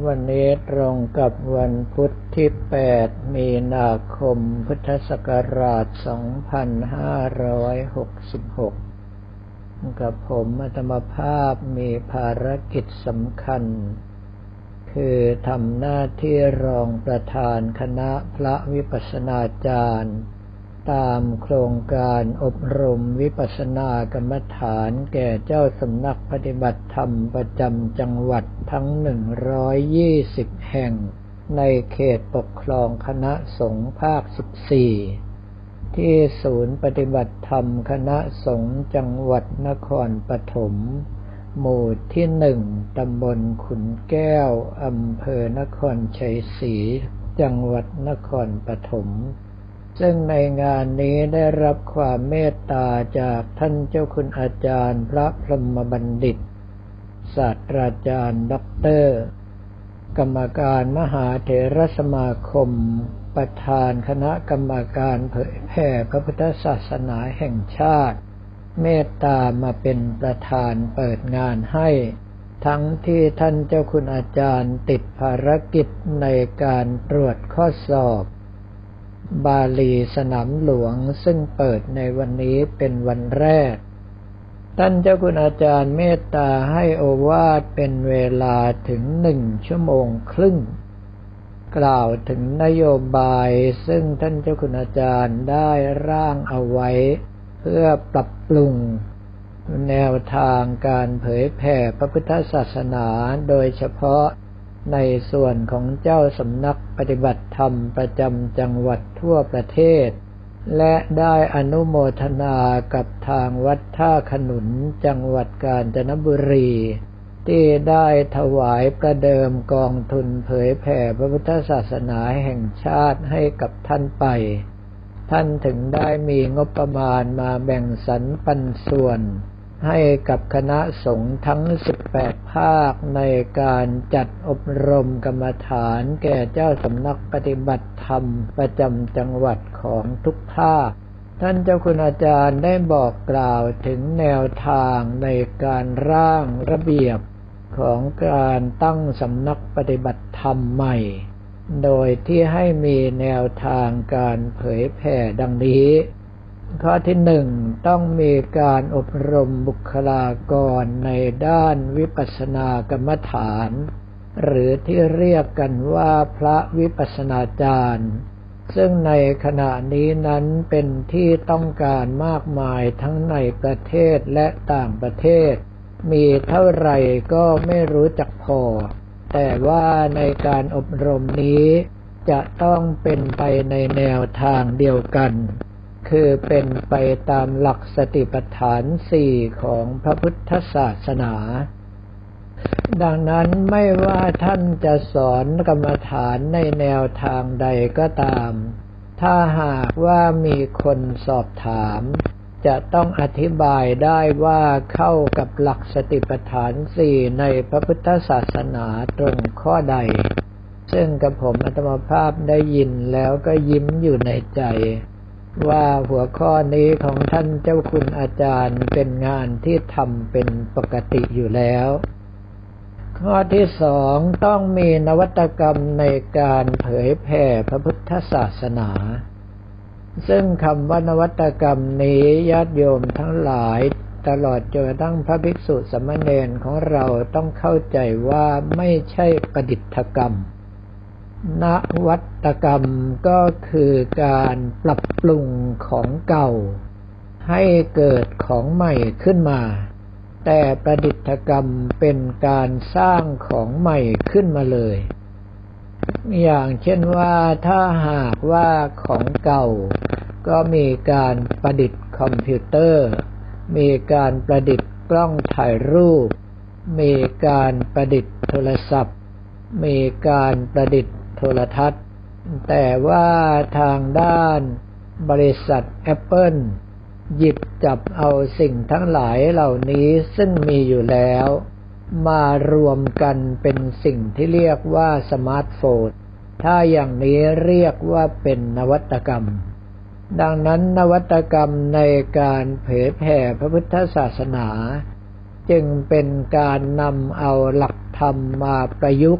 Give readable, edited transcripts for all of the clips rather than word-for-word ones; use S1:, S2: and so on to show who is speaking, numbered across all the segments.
S1: วันนี้ตรงกับวันพุธที่8มีนาคมพุทธศักราช2566กับผมอาตมาภาพมีภารกิจสำคัญคือทำหน้าที่รองประธานคณะพระวิปัสสนาจารย์ตามโครงการอบรมวิปัสสนากรรมฐานแก่เจ้าสำนักปฏิบัติธรรมประจำจังหวัดทั้ง120แห่งในเขตปกครองคณะสงฆ์ภาค14ที่ศูนย์ปฏิบัติธรรมคณะสงฆ์จังหวัดนครปฐมหมู่ที่1ตำบลขุนแก้วอำเภอนครชัยศรีจังหวัดนครปฐมซึ่งในงานนี้ได้รับความเมตตาจากท่านเจ้าคุณอาจารย์พระพรหมบัณฑิตศาสตราจารย์ด็อกเตอร์กรรมการมหาเถรสมาคมประธานคณะกรรมการเผยแผ่พระพุทธศาสนาแห่งชาติเมตตามาเป็นประธานเปิดงานให้ทั้งที่ท่านเจ้าคุณอาจารย์ติดภารกิจในการตรวจข้อสอบบาลีสนามหลวงซึ่งเปิดในวันนี้เป็นวันแรกท่านเจ้าคุณอาจารย์เมตตาให้โอวาทเป็นเวลาถึง1 ชั่วโมงครึ่งกล่าวถึงนโยบายซึ่งท่านเจ้าคุณอาจารย์ได้ร่างเอาไว้เพื่อปรับปรุงแนวทางการเผยแผ่พระพุทธศาสนาโดยเฉพาะในส่วนของเจ้าสำนักปฏิบัติธรรมประจำจังหวัดทั่วประเทศและได้อนุโมทนากับทางวัดท่าขนุนจังหวัดกาญจนบุรีที่ได้ถวายประเดิมกองทุนเผยแผ่พระพุทธศาสนาแห่งชาติให้กับท่านไปท่านถึงได้มีงบประมาณมาแบ่งสรรปันส่วนให้กับคณะสงฆ์ทั้ง18ภาคในการจัดอบรมกรรมฐานแก่เจ้าสำนักปฏิบัติธรรมประจำจังหวัดของทุกภาคท่านเจ้าคุณอาจารย์ได้บอกกล่าวถึงแนวทางในการร่างระเบียบของการตั้งสำนักปฏิบัติธรรมใหม่โดยที่ให้มีแนวทางการเผยแผ่ดังนี้ข้อที่1ต้องมีการอบรมบุคลากรในด้านวิปัสสนากรรมฐานหรือที่เรียกกันว่าพระวิปัสสนาจารย์ซึ่งในขณะนี้นั้นเป็นที่ต้องการมากมายทั้งในประเทศและต่างประเทศมีเท่าไหร่ก็ไม่รู้จักพอแต่ว่าในการอบรมนี้จะต้องเป็นไปในแนวทางเดียวกันคือเป็นไปตามหลักสติปัฏฐาน4ของพระพุทธศาสนาดังนั้นไม่ว่าท่านจะสอนกรรมฐานในแนวทางใดก็ตามถ้าหากว่ามีคนสอบถามจะต้องอธิบายได้ว่าเข้ากับหลักสติปัฏฐาน4ในพระพุทธศาสนาตรงข้อใดซึ่งกับผมอาตมาภาพได้ยินแล้วก็ยิ้มอยู่ในใจว่าหัวข้อนี้ของท่านเจ้าคุณอาจารย์เป็นงานที่ทำเป็นปกติอยู่แล้วข้อที่2ต้องมีนวัตกรรมในการเผยแผ่พระพุทธศาสนาซึ่งคำว่านวัตกรรมนี้ญาติโยมทั้งหลายตลอดจนกระทั่งพระภิกษุสามเณรของเราต้องเข้าใจว่าไม่ใช่ประดิษฐกรรมนวัตกรรมก็คือการปรับปรุงของเก่าให้เกิดของใหม่ขึ้นมาแต่ประดิษฐกรรมเป็นการสร้างของใหม่ขึ้นมาเลยอย่างเช่นว่าถ้าหากว่าของเก่าก็มีการประดิษฐ์คอมพิวเตอร์มีการประดิษฐ์กล้องถ่ายรูปมีการประดิษฐ์โทรศัพท์มีการประดิษฐ์โทรทัศน์แต่ว่าทางด้านบริษัท Apple หยิบจับเอาสิ่งทั้งหลายเหล่านี้ซึ่งมีอยู่แล้วมารวมกันเป็นสิ่งที่เรียกว่าสมาร์ทโฟนถ้าอย่างนี้เรียกว่าเป็นนวัตกรรมดังนั้นนวัตกรรมในการเผยแผ่พระพุทธศาสนาจึงเป็นการนำเอาหลักธรรมมาประยุกต์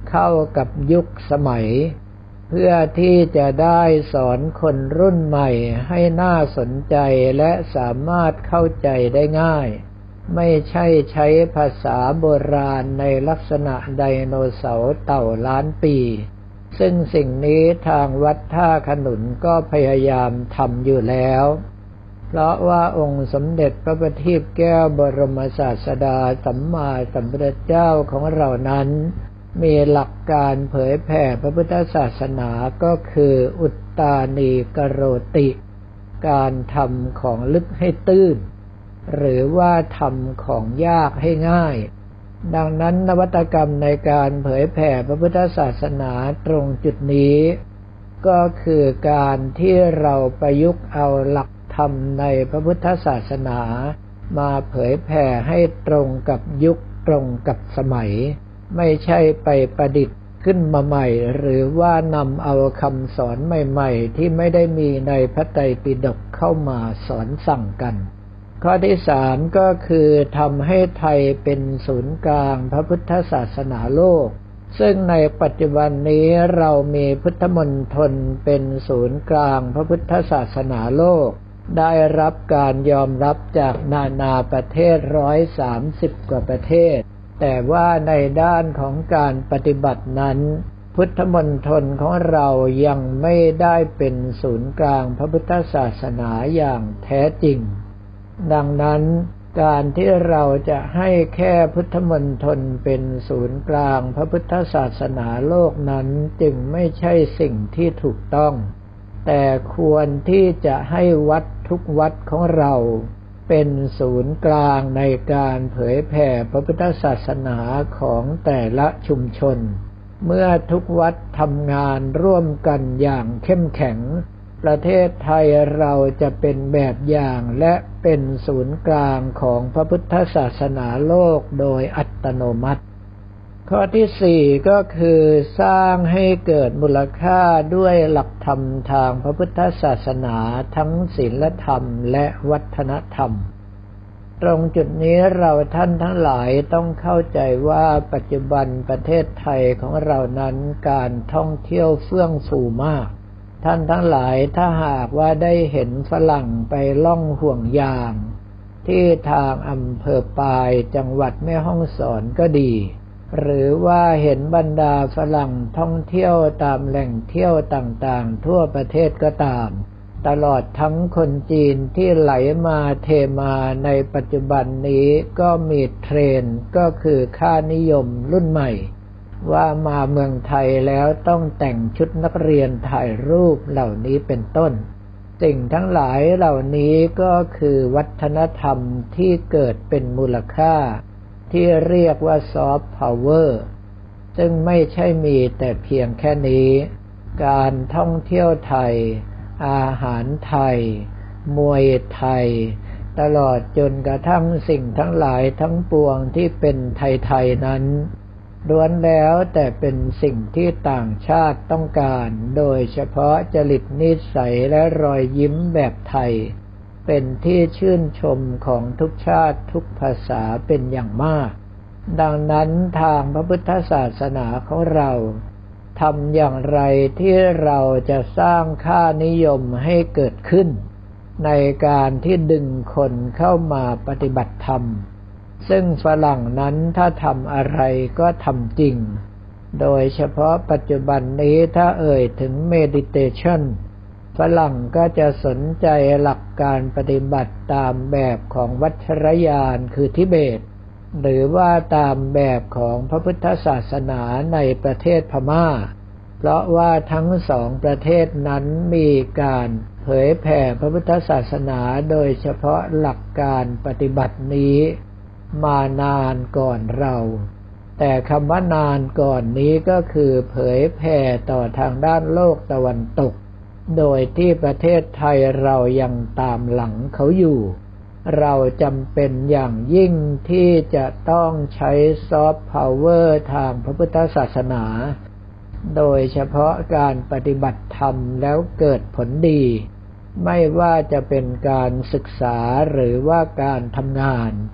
S1: เข้ากับยุคสมัยเพื่อที่จะได้สอนคนรุ่นใหม่ให้น่าสนใจและสามารถเข้าใจได้ง่ายไม่ใช่ใช้ภาษาโบราณในลักษณะไดโนเสาร์เต่าล้านปีซึ่งสิ่งนี้ทางวัดท่าขนุนก็พยายามทำอยู่แล้วเพราะว่าองค์สมเด็จพระบัณฑิตแก้วบรมศาสดาสัมมาสัมพุทธเจ้าของเรานั้นมีหลักการเผยแผ่พระพุทธศาสนาก็คืออุตตานีกโรติการทำของลึกให้ตื้นหรือว่าทำของยากให้ง่ายดังนั้นนวัตกรรมในการเผยแผ่พระพุทธศาสนาตรงจุดนี้ก็คือการที่เราประยุกต์เอาหลักธรรมในพระพุทธศาสนามาเผยแผ่ให้ตรงกับยุคตรงกับสมัยไม่ใช่ไปประดิษฐ์ขึ้นมาใหม่หรือว่านำเอาคำสอนใหม่ๆที่ไม่ได้มีในพระไตรปิฎกเข้ามาสอนสั่งกันข้อที่3ก็คือทำให้ไทยเป็นศูนย์กลางพระพุทธศาสนาโลกซึ่งในปัจจุบันนี้เรามีพุทธมณฑลเป็นศูนย์กลางพระพุทธศาสนาโลกได้รับการยอมรับจากนานาประเทศ130 กว่าประเทศแต่ว่าในด้านของการปฏิบัตินั้นพุทธมณฑลของเรายังไม่ได้เป็นศูนย์กลางพระพุทธศาสนาอย่างแท้จริงดังนั้นการที่เราจะให้แค่พุทธมณฑลเป็นศูนย์กลางพระพุทธศาสนาโลกนั้นจึงไม่ใช่สิ่งที่ถูกต้องแต่ควรที่จะให้วัดทุกวัดของเราเป็นศูนย์กลางในการเผยแผ่พระพุทธศาสนาของแต่ละชุมชนเมื่อทุกวัดทำงานร่วมกันอย่างเข้มแข็งประเทศไทยเราจะเป็นแบบอย่างและเป็นศูนย์กลางของพระพุทธศาสนาโลกโดยอัตโนมัติข้อที่4ก็คือสร้างให้เกิดมูลค่าด้วยหลักธรรมทางพระพุทธศาสนาทั้งศีลธรรมและวัฒนธรรมตรงจุดนี้เราท่านทั้งหลายต้องเข้าใจว่าปัจจุบันประเทศไทยของเรานั้นการท่องเที่ยวเฟื่องฟูมากท่านทั้งหลายถ้าหากว่าได้เห็นฝรั่งไปล่องห่วงยางที่ทางอำเภอปายจังหวัดแม่ฮ่องสอนก็ดีหรือว่าเห็นบรรดาฝรั่งท่องเที่ยวตามแหล่งเที่ยวต่างๆทั่วประเทศก็ตามตลอดทั้งคนจีนที่ไหลมาเทมาในปัจจุบันนี้ก็มีเทรนด์ก็คือค่านิยมรุ่นใหม่ว่ามาเมืองไทยแล้วต้องแต่งชุดนักเรียนถ่ายรูปเหล่านี้เป็นต้นสิ่งทั้งหลายเหล่านี้ก็คือวัฒนธรรมที่เกิดเป็นมูลค่าที่เรียกว่าซอฟต์พาวเวอร์ซึ่งไม่ใช่มีแต่เพียงแค่นี้การท่องเที่ยวไทยอาหารไทยมวยไทยตลอดจนกระทั่งสิ่งทั้งหลายทั้งปวงที่เป็นไทยๆนั้นล้วนแล้วแต่เป็นสิ่งที่ต่างชาติต้องการโดยเฉพาะจริตนิสัยและรอยยิ้มแบบไทยเป็นที่ชื่นชมของทุกชาติทุกภาษาเป็นอย่างมากดังนั้นทางพระพุทธศาสนาของเราทำอย่างไรที่เราจะสร้างค่านิยมให้เกิดขึ้นในการที่ดึงคนเข้ามาปฏิบัติธรรมซึ่งฝรั่งนั้นถ้าทำอะไรก็ทำจริงโดยเฉพาะปัจจุบันนี้ถ้าเอ่ยถึง meditation ฝรั่งก็จะสนใจหลักการปฏิบัติตามแบบของวัชรยานคือทิเบตหรือว่าตามแบบของพระพุทธศาสนาในประเทศพม่าเพราะว่าทั้งสองประเทศนั้นมีการเผยแผ่พระพุทธศาสนาโดยเฉพาะหลักการปฏิบัตินี้มานานก่อนเราแต่คำว่านานก่อนนี้ก็คือเผยแผ่ต่อทางด้านโลกตะวันตกโดยที่ประเทศไทยเรายังตามหลังเขาอยู่เราจำเป็นอย่างยิ่งที่จะต้องใช้ซอฟต์พาวเวอร์ทางพระพุทธศาสนาโดยเฉพาะการปฏิบัติธรรมแล้วเกิดผลดีไม่ว่าจะเป็นการศึกษาหรือว่าการทำงาน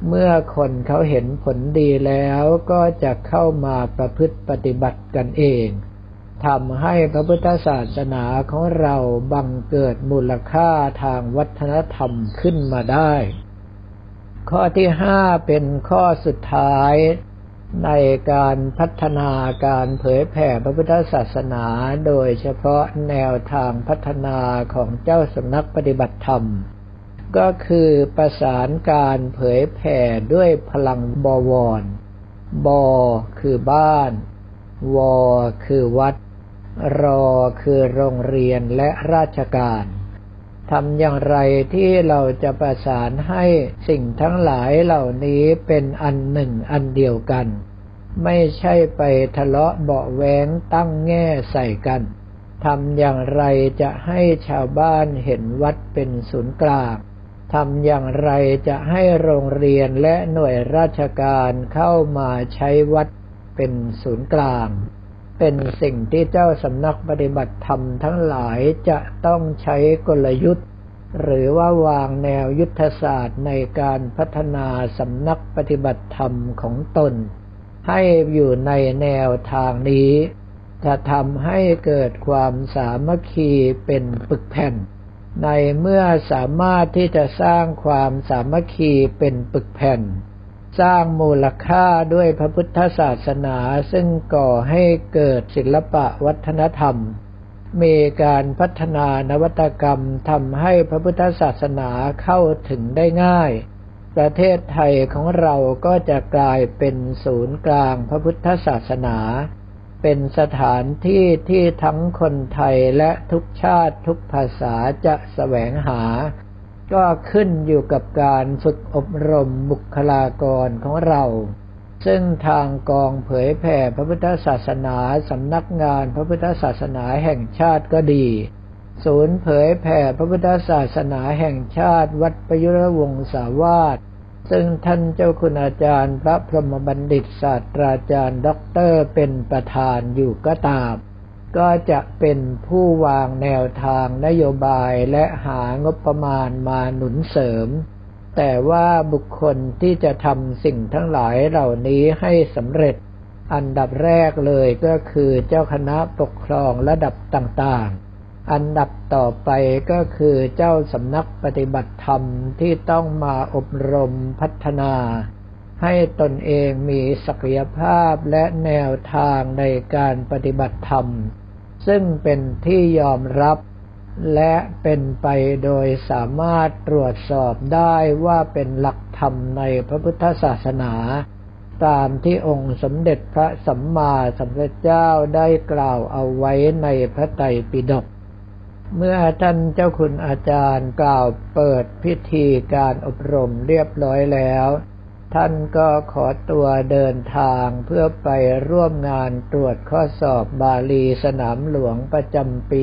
S1: เมื่อคนเขาเห็นผลดีแล้วก็จะเข้ามาประพฤติปฏิบัติกันเองทำให้พระพุทธศาสนาของเราบังเกิดมูลค่าทางวัฒนธรรมขึ้นมาได้ข้อที่5เป็นข้อสุดท้ายในการพัฒนาการเผยแผ่พระพุทธศาสนาโดยเฉพาะแนวทางพัฒนาของเจ้าสำนักปฏิบัติธรรมก็คือประสานการเผยแผ่ด้วยพลังบวรบคือบ้านวคือวัดรคือโรงเรียนและราชการทำอย่างไรที่เราจะประสานให้สิ่งทั้งหลายเหล่านี้เป็นอันหนึ่งอันเดียวกันไม่ใช่ไปทะเลาะเบาะแว้งตั้งแง่ใส่กันทำอย่างไรจะให้ชาวบ้านเห็นวัดเป็นศูนย์กลางทำอย่างไรจะให้โรงเรียนและหน่วยราชการเข้ามาใช้วัดเป็นศูนย์กลางเป็นสิ่งที่เจ้าสำนักปฏิบัติธรรมทั้งหลายจะต้องใช้กลยุทธ์หรือว่าวางแนวยุทธศาสตร์ในการพัฒนาสำนักปฏิบัติธรรมของตนให้อยู่ในแนวทางนี้จะทำให้เกิดความสามัคคีเป็นปึกแผ่นในเมื่อสามารถที่จะสร้างความสามัคคีเป็นปึกแผ่นสร้างมูลค่าด้วยพระพุทธศาสนาซึ่งก่อให้เกิดศิลปะวัฒนธรรมมีการพัฒนานวัตกรรมทำให้พระพุทธศาสนาเข้าถึงได้ง่ายประเทศไทยของเราก็จะกลายเป็นศูนย์กลางพระพุทธศาสนาเป็นสถานที่ที่ทั้งคนไทยและทุกชาติทุกภาษาจะแสวงหาก็ขึ้นอยู่กับการฝึกอบรมบุคลากรของเราซึ่งทางกองเผยแผ่พระพุทธศาสนาสำนักงานพระพุทธศาสนาแห่งชาติก็ดีศูนย์เผยแผ่พระพุทธศาสนาแห่งชาติวัดประยุรวงศาวาสซึ่งท่านเจ้าคุณอาจารย์พระพรหมบัณฑิตศาสตราจารย์ด็อกเตอร์เป็นประธานอยู่ก็ตามก็จะเป็นผู้วางแนวทางนโยบายและหางบประมาณมาหนุนเสริมแต่ว่าบุคคลที่จะทำสิ่งทั้งหลายเหล่านี้ให้สำเร็จอันดับแรกเลยก็คือเจ้าคณะปกครองระดับต่างๆอันดับต่อไปก็คือเจ้าสำนักปฏิบัติธรรมที่ต้องมาอบรมพัฒนาให้ตนเองมีศักยภาพและแนวทางในการปฏิบัติธรรมซึ่งเป็นที่ยอมรับและเป็นไปโดยสามารถตรวจสอบได้ว่าเป็นหลักธรรมในพระพุทธศาสนาตามที่องค์สมเด็จพระสัมมาสัมพุทธเจ้าได้กล่าวเอาไว้ในพระไตรปิฎกเมื่อท่านเจ้าคุณอาจารย์กล่าวเปิดพิธีการอบรมเรียบร้อยแล้วท่านก็ขอตัวเดินทางเพื่อไปร่วมงานตรวจข้อสอบบาลีสนามหลวงประจำปี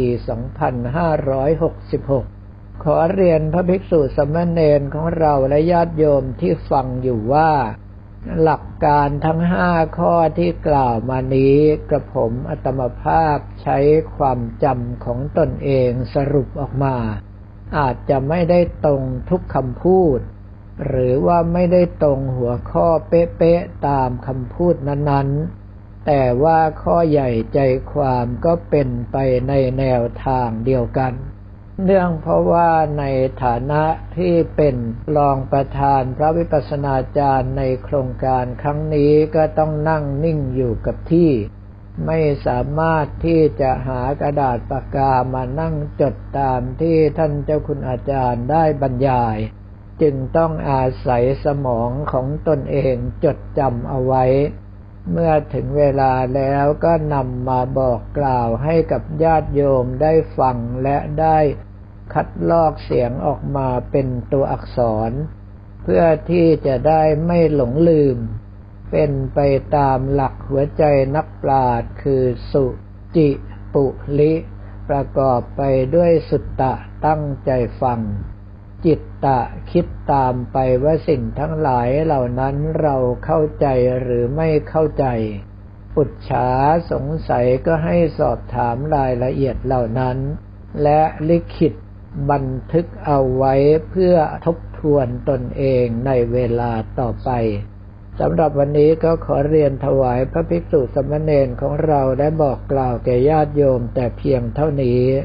S1: 2566 ขอเรียนพระภิกษุสามเณรของเราและญาติโยมที่ฟังอยู่ว่าหลักการทั้ง5ข้อที่กล่าวมานี้กระผมอาตมาภาพใช้ความจำของตนเองสรุปออกมาอาจจะไม่ได้ตรงทุกคำพูดหรือว่าไม่ได้ตรงหัวข้อเป๊ะๆตามคำพูดนั้นๆแต่ว่าข้อใหญ่ใจความก็เป็นไปในแนวทางเดียวกันเนื่องเพราะว่าในฐานะที่เป็นรองประธานพระวิปัสสนาจารย์ในโครงการครั้งนี้ก็ต้องนั่งนิ่งอยู่กับที่ไม่สามารถที่จะหากระดาษปากกามานั่งจดตามที่ท่านเจ้าคุณอาจารย์ได้บรรยายจึงต้องอาศัยสมองของตนเองจดจำเอาไว้เมื่อถึงเวลาแล้วก็นำมาบอกกล่าวให้กับญาติโยมได้ฟังและได้คัดลอกเสียงออกมาเป็นตัวอักษรเพื่อที่จะได้ไม่หลงลืมเป็นไปตามหลักหัวใจนักปราชญ์คือสุจิปุลิประกอบไปด้วยสุตตะตั้งใจฟังจิตตะคิดตามไปว่าสิ่งทั้งหลายเหล่านั้นเราเข้าใจหรือไม่เข้าใจปุจฉาสงสัยก็ให้สอบถามรายละเอียดเหล่านั้นและลิขิตบันทึกเอาไว้เพื่อทบททวนตนเองในเวลาต่อไปสำหรับวันนี้ก็ขอเรียนถวายพระภิกษุสามเณรของเราได้บอกกล่าวแก่ญาติโยมแต่เพียงเท่านี้